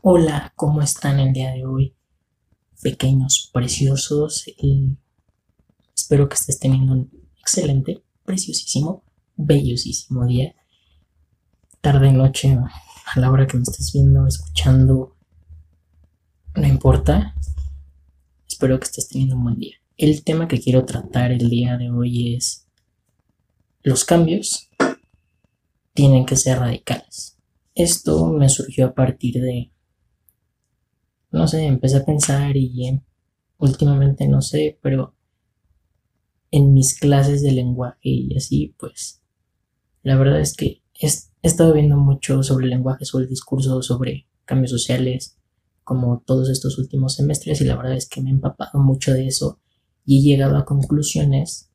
Hola, ¿cómo están el día de hoy? Pequeños, preciosos, y espero que estés teniendo un excelente, preciosísimo, bellosísimo día, tarde, noche, a la hora que me estés viendo, escuchando, no importa, espero que estés teniendo un buen día. El tema que quiero tratar el día de hoy es: los cambios tienen que ser radicales. Esto me surgió a partir de, no sé, empecé a pensar últimamente no sé, pero en mis clases de lenguaje y así, pues la verdad es que he estado viendo mucho sobre el lenguaje, sobre el discurso, sobre cambios sociales, como todos estos últimos semestres, y la verdad es que me he empapado mucho de eso y he llegado a conclusiones,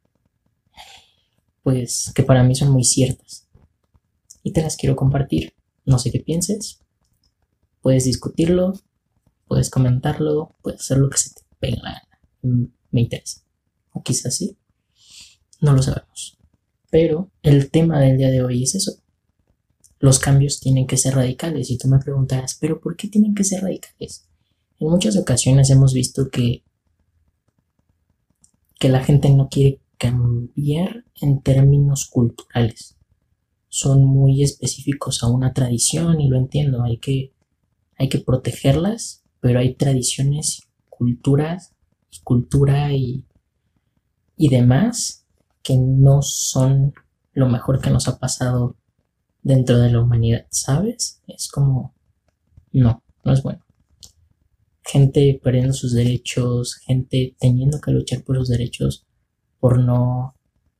pues, que para mí son muy ciertas y te las quiero compartir. No sé qué pienses, puedes discutirlo, puedes comentarlo, puedes hacer lo que se te pegue la gana. Me interesa. O quizás sí, no lo sabemos. Pero el tema del día de hoy es eso. Los cambios tienen que ser radicales. Y tú me preguntarás, ¿pero por qué tienen que ser radicales? En muchas ocasiones hemos visto que la gente no quiere cambiar en términos culturales. Son muy específicos a una tradición y lo entiendo, hay que protegerlas, pero hay tradiciones, culturas y cultura y demás que no son lo mejor que nos ha pasado dentro de la humanidad, ¿sabes? Es como, no, no es bueno. Gente perdiendo sus derechos, gente teniendo que luchar por sus derechos por no,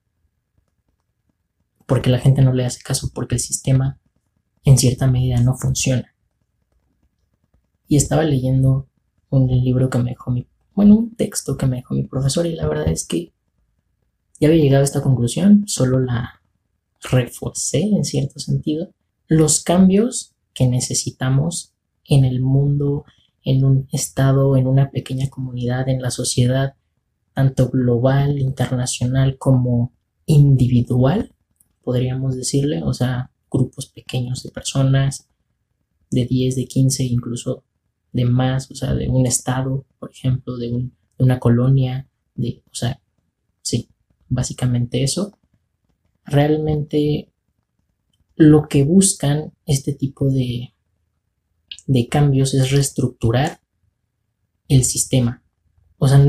porque la gente no le hace caso, porque el sistema en cierta medida no funciona. Y estaba leyendo un libro que me dejó un texto que me dejó mi profesor, y la verdad es que ya había llegado a esta conclusión, solo la reforcé en cierto sentido. Los cambios que necesitamos en el mundo, en un estado, en una pequeña comunidad, en la sociedad, tanto global, internacional como individual, podríamos decirle, o sea, grupos pequeños de personas, de 10, de 15, incluso de más, o sea, de un estado, por ejemplo, de una colonia, o sea, sí, básicamente eso. Realmente lo que buscan este tipo de cambios es reestructurar el sistema. O sea,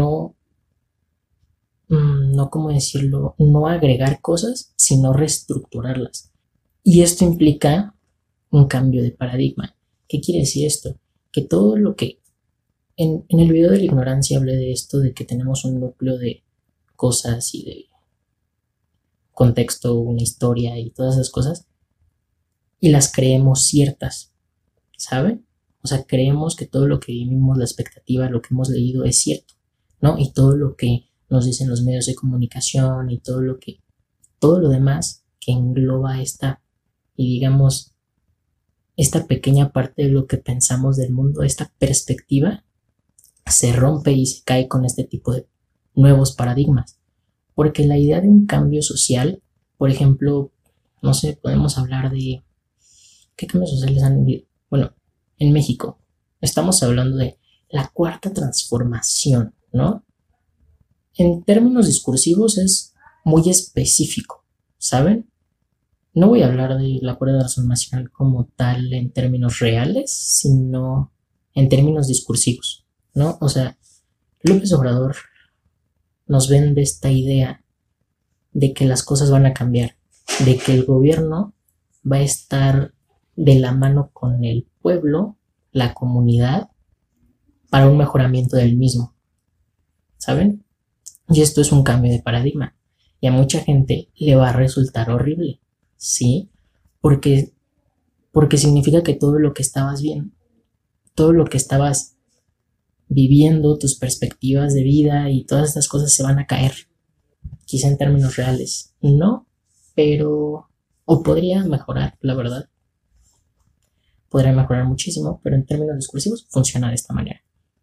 no, ¿cómo decirlo? No agregar cosas, sino reestructurarlas. Y esto implica un cambio de paradigma. ¿Qué quiere decir esto? Que todo lo que... En el video de la ignorancia hablé de esto, de que tenemos un núcleo de cosas y de contexto, una historia y todas esas cosas, y las creemos ciertas, ¿saben? O sea, creemos que todo lo que vivimos, la expectativa, lo que hemos leído es cierto, ¿no? Y todo lo que nos dicen los medios de comunicación y todo lo demás que engloba y digamos, esta pequeña parte de lo que pensamos del mundo, esta perspectiva, se rompe y se cae con este tipo de nuevos paradigmas. Porque la idea de un cambio social, por ejemplo, no sé, podemos hablar de qué cambios sociales han habido. Bueno, en México estamos hablando de la cuarta transformación, ¿no? En términos discursivos es muy específico, ¿saben? No voy a hablar de la cuarta transformación como tal en términos reales, sino en términos discursivos, ¿no? O sea, López Obrador nos vende esta idea de que las cosas van a cambiar, de que el gobierno va a estar de la mano con el pueblo, la comunidad, para un mejoramiento del mismo, ¿saben? Y esto es un cambio de paradigma. Y a mucha gente le va a resultar horrible, ¿sí? Porque, porque significa que todo lo que estabas viendo, todo lo que estabas viviendo, tus perspectivas de vida y todas estas cosas se van a caer, quizá en términos reales. No, pero... O podría mejorar, la verdad. Podría mejorar muchísimo, pero en términos discursivos funciona de esta manera.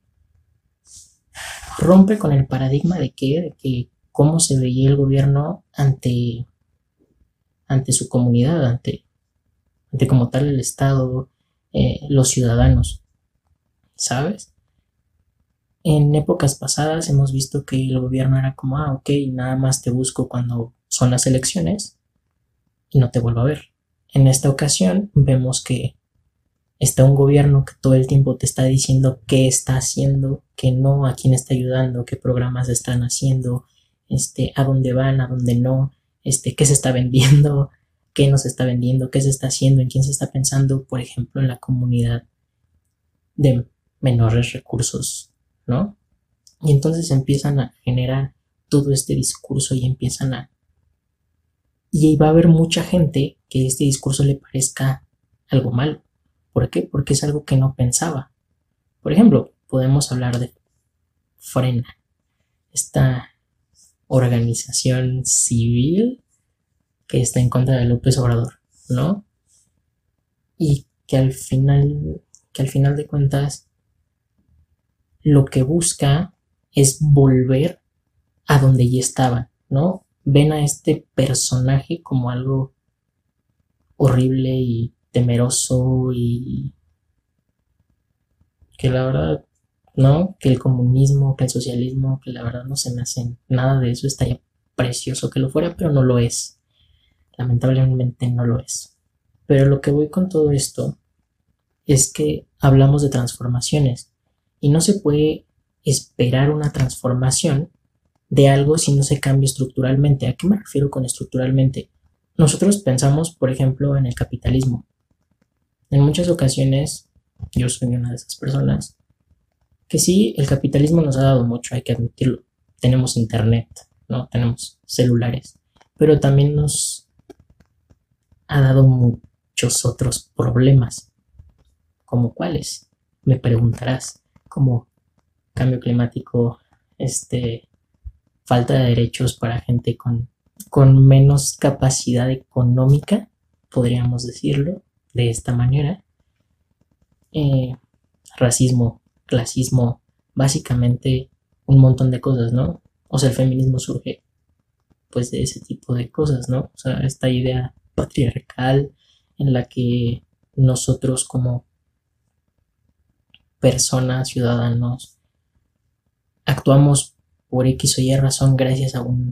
Rompe con el paradigma de que cómo se veía el gobierno ante su comunidad, ante como tal el Estado, los ciudadanos, ¿sabes? En épocas pasadas hemos visto que el gobierno era como, ok, nada más te busco cuando son las elecciones y no te vuelvo a ver. En esta ocasión vemos que está un gobierno que todo el tiempo te está diciendo qué está haciendo, qué no, a quién está ayudando, qué programas están haciendo, a dónde van, a dónde no, qué se está vendiendo, qué no se está vendiendo, qué se está haciendo, en quién se está pensando, por ejemplo, en la comunidad de menores recursos, ¿no? Y entonces empiezan a generar todo este discurso y empiezan a... Y va a haber mucha gente que este discurso le parezca algo malo. ¿Por qué? Porque es algo que no pensaba. Por ejemplo, podemos hablar de Frena, esta organización civil que está en contra de López Obrador, ¿no? Y que al final de cuentas, lo que busca es volver a donde ya estaba, ¿no? Ven a este personaje como algo horrible y temeroso y que la verdad, ¿no? Que el comunismo, que el socialismo, que la verdad no se me hace nada de eso, estaría precioso que lo fuera, pero no lo es. Lamentablemente no lo es. Pero lo que voy con todo esto es que hablamos de transformaciones y no se puede esperar una transformación de algo si no se cambia estructuralmente. ¿A qué me refiero con estructuralmente? Nosotros pensamos, por ejemplo, en el capitalismo. En muchas ocasiones, yo soy una de esas personas, que sí, el capitalismo nos ha dado mucho, hay que admitirlo. Tenemos internet, ¿no? Tenemos celulares, pero también nos ha dado muchos otros problemas. ¿Como cuáles? Me preguntarás, como cambio climático, falta de derechos para gente con menos capacidad económica, podríamos decirlo de esta manera, eh, racismo, clasismo, básicamente un montón de cosas, ¿no? O sea, el feminismo surge pues de ese tipo de cosas, ¿no? O sea, esta idea patriarcal en la que nosotros como personas, ciudadanos, actuamos por X o Y razón gracias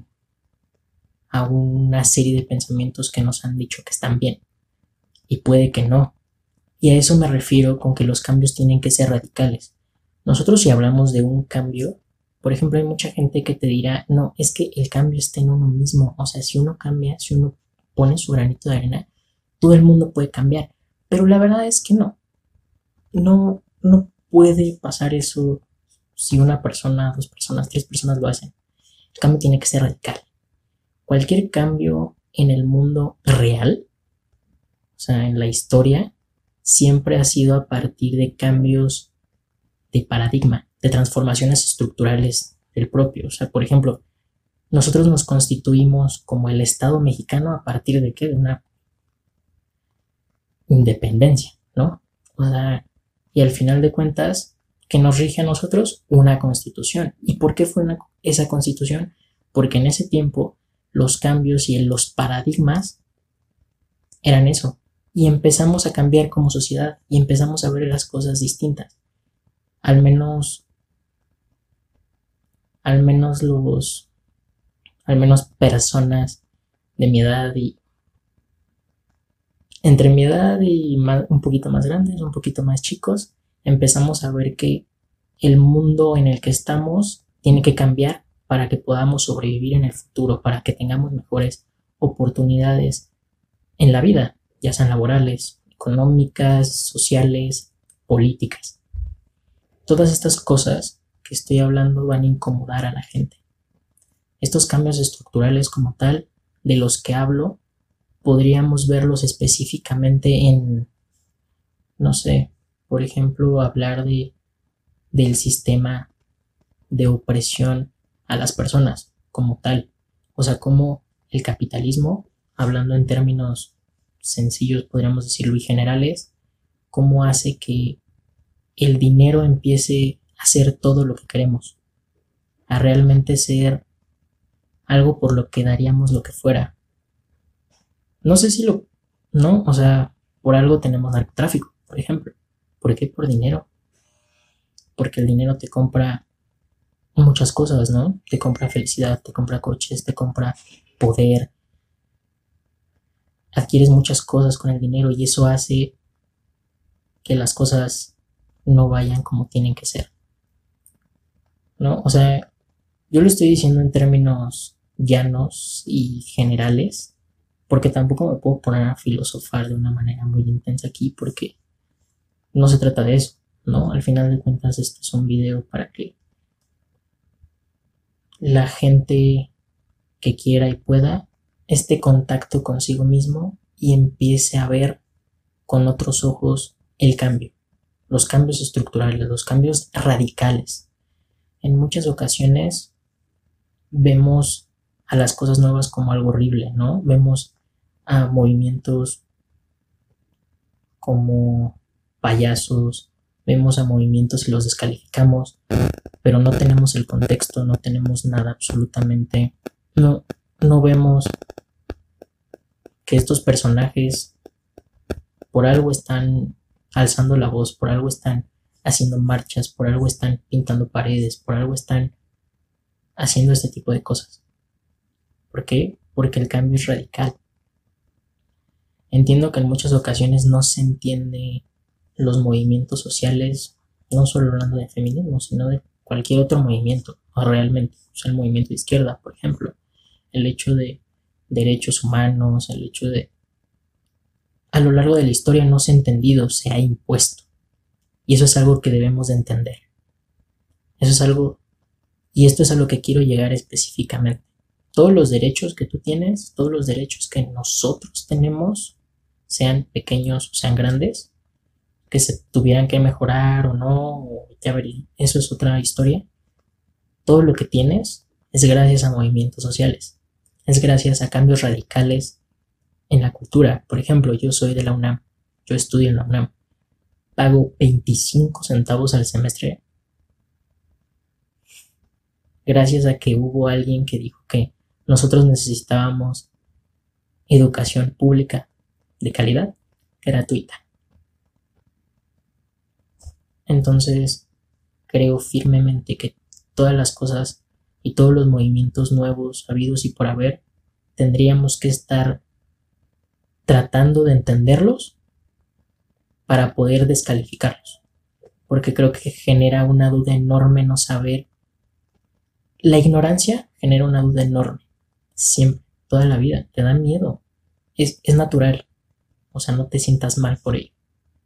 a una serie de pensamientos que nos han dicho que están bien y puede que no. Y a eso me refiero con que los cambios tienen que ser radicales. Nosotros si hablamos de un cambio, por ejemplo, hay mucha gente que te dirá, no, es que el cambio está en uno mismo. O sea, si uno cambia, si uno pone su granito de arena, todo el mundo puede cambiar. Pero la verdad es que no. No puede pasar eso si una persona, dos personas, tres personas lo hacen. El cambio tiene que ser radical. Cualquier cambio en el mundo real, o sea, en la historia, siempre ha sido a partir de cambios de paradigma, de transformaciones estructurales del propio. O sea, por ejemplo, nosotros nos constituimos como el Estado mexicano a partir de qué? De una independencia, ¿no? O sea, y al final de cuentas, ¿qué nos rige a nosotros? Una constitución. ¿Y por qué fue esa constitución? Porque en ese tiempo los cambios y los paradigmas eran eso. Y empezamos a cambiar como sociedad y empezamos a ver las cosas distintas. Al menos personas de mi edad y entre mi edad y un poquito más grandes, un poquito más chicos, empezamos a ver que el mundo en el que estamos tiene que cambiar para que podamos sobrevivir en el futuro, para que tengamos mejores oportunidades en la vida, ya sean laborales, económicas, sociales, políticas. Todas estas cosas que estoy hablando van a incomodar a la gente. Estos cambios estructurales como tal, de los que hablo, podríamos verlos específicamente en, no sé, por ejemplo, hablar del sistema de opresión a las personas como tal. O sea, como el capitalismo, hablando en términos sencillos, podríamos decirlo, y generales, cómo hace que el dinero empiece a ser todo lo que queremos, a realmente ser algo por lo que daríamos lo que fuera. No sé si no, o sea, por algo tenemos narcotráfico, por ejemplo. ¿Por qué? Por dinero. Porque el dinero te compra muchas cosas, ¿no? Te compra felicidad, te compra coches, te compra poder, adquieres muchas cosas con el dinero y eso hace que las cosas no vayan como tienen que ser, ¿no? O sea, yo lo estoy diciendo en términos llanos y generales, porque tampoco me puedo poner a filosofar de una manera muy intensa aquí, porque no se trata de eso, ¿no? Al final de cuentas, este es un video para que la gente que quiera y pueda este contacto consigo mismo y empiece a ver con otros ojos el cambio, los cambios estructurales, los cambios radicales. En muchas ocasiones vemos a las cosas nuevas como algo horrible, ¿no? Vemos a movimientos como payasos, vemos a movimientos y los descalificamos, pero no tenemos el contexto, no tenemos nada absolutamente, no vemos que estos personajes por algo están alzando la voz, por algo están haciendo marchas, por algo están pintando paredes, por algo están haciendo este tipo de cosas. ¿Por qué? Porque el cambio es radical. Entiendo que en muchas ocasiones no se entiende los movimientos sociales, no solo hablando de feminismo, sino de cualquier otro movimiento, o realmente, o sea, el movimiento de izquierda, por ejemplo, el hecho de derechos humanos, el hecho de a lo largo de la historia no se ha entendido, se ha impuesto. Y eso es algo que debemos de entender. Eso es algo, y esto es a lo que quiero llegar específicamente. Todos los derechos que tú tienes, todos los derechos que nosotros tenemos, sean pequeños o sean grandes, que se tuvieran que mejorar o no, o ya veré, eso es otra historia. Todo lo que tienes es gracias a movimientos sociales, es gracias a cambios radicales en la cultura. Por ejemplo, yo soy de la UNAM, yo estudio en la UNAM, pago 25 centavos al semestre gracias a que hubo alguien que dijo que nosotros necesitábamos educación pública de calidad, gratuita. Entonces, creo firmemente que todas las cosas y todos los movimientos nuevos, habidos y por haber, tendríamos que estar tratando de entenderlos para poder descalificarlos. Porque creo que genera una duda enorme no saber. La ignorancia genera una duda enorme. Siempre, toda la vida. Te da miedo. Es natural. O sea, no te sientas mal por ello.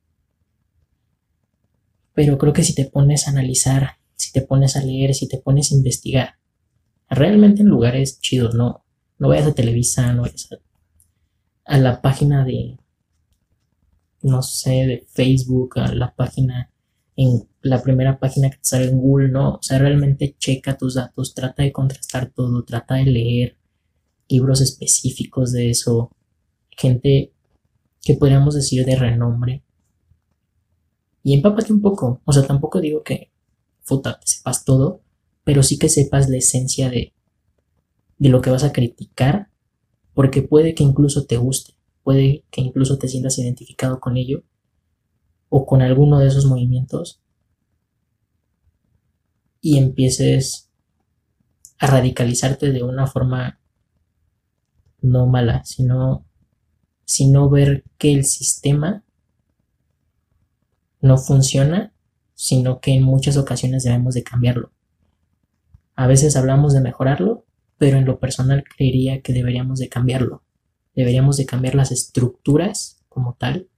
Pero creo que si te pones a analizar, si te pones a leer, si te pones a investigar, realmente en lugares chidos, no vayas a Televisa, no vayas a la página de, no sé, de Facebook, a la página, en la primera página que te sale en Google, ¿no? O sea, realmente checa tus datos, trata de contrastar todo, trata de leer libros específicos de eso, gente que podríamos decir de renombre, y empápate un poco. O sea, tampoco digo que, puta, te sepas todo, pero sí que sepas la esencia de lo que vas a criticar, porque puede que incluso te guste, puede que incluso te sientas identificado con ello o con alguno de esos movimientos y empieces a radicalizarte de una forma no mala, sino ver que el sistema no funciona, sino que en muchas ocasiones debemos de cambiarlo. A veces hablamos de mejorarlo, pero en lo personal creería que deberíamos de cambiarlo. Deberíamos de cambiar las estructuras como tal.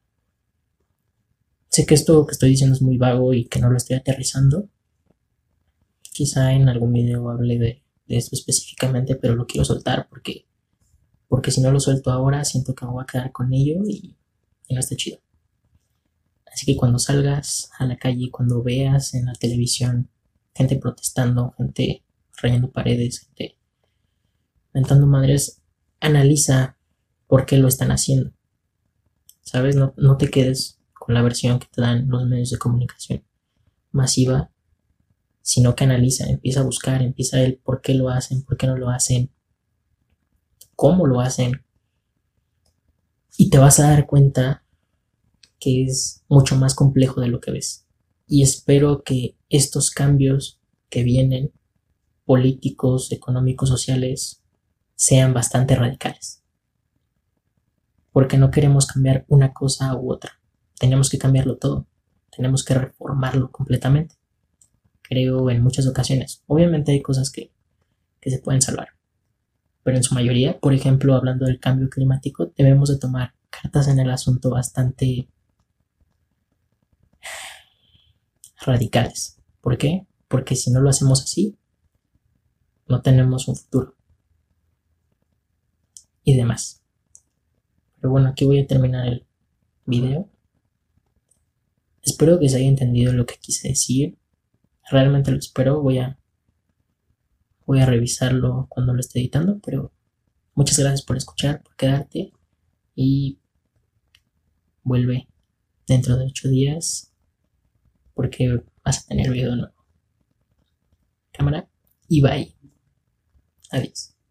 Sé que esto que estoy diciendo es muy vago y que no lo estoy aterrizando. Quizá en algún video hable de esto específicamente, pero lo quiero soltar porque si no lo suelto ahora siento que me voy a quedar con ello y no está chido. Así que cuando salgas a la calle, cuando veas en la televisión gente protestando, gente rayando paredes, gente mentando madres, analiza por qué lo están haciendo. ¿Sabes? No te quedes con la versión que te dan los medios de comunicación masiva, sino que analiza, empieza a buscar, empieza a ver por qué lo hacen, por qué no lo hacen, cómo lo hacen. Y te vas a dar cuenta que es mucho más complejo de lo que ves. Y espero que estos cambios que vienen, políticos, económicos, sociales, sean bastante radicales. Porque no queremos cambiar una cosa u otra. Tenemos que cambiarlo todo. Tenemos que reformarlo completamente. Creo en muchas ocasiones. Obviamente hay cosas que se pueden salvar. Pero en su mayoría, por ejemplo, hablando del cambio climático, debemos de tomar cartas en el asunto bastante radicales. ¿Por qué? Porque si no lo hacemos así, no tenemos un futuro y demás. Pero bueno, aquí voy a terminar el video. Espero que se haya entendido lo que quise decir. Realmente lo espero. Voy a revisarlo cuando lo esté editando, pero muchas gracias por escuchar, por quedarte y vuelve dentro de 8 días porque vas a tener video nuevo. Cámara y bye. Adiós.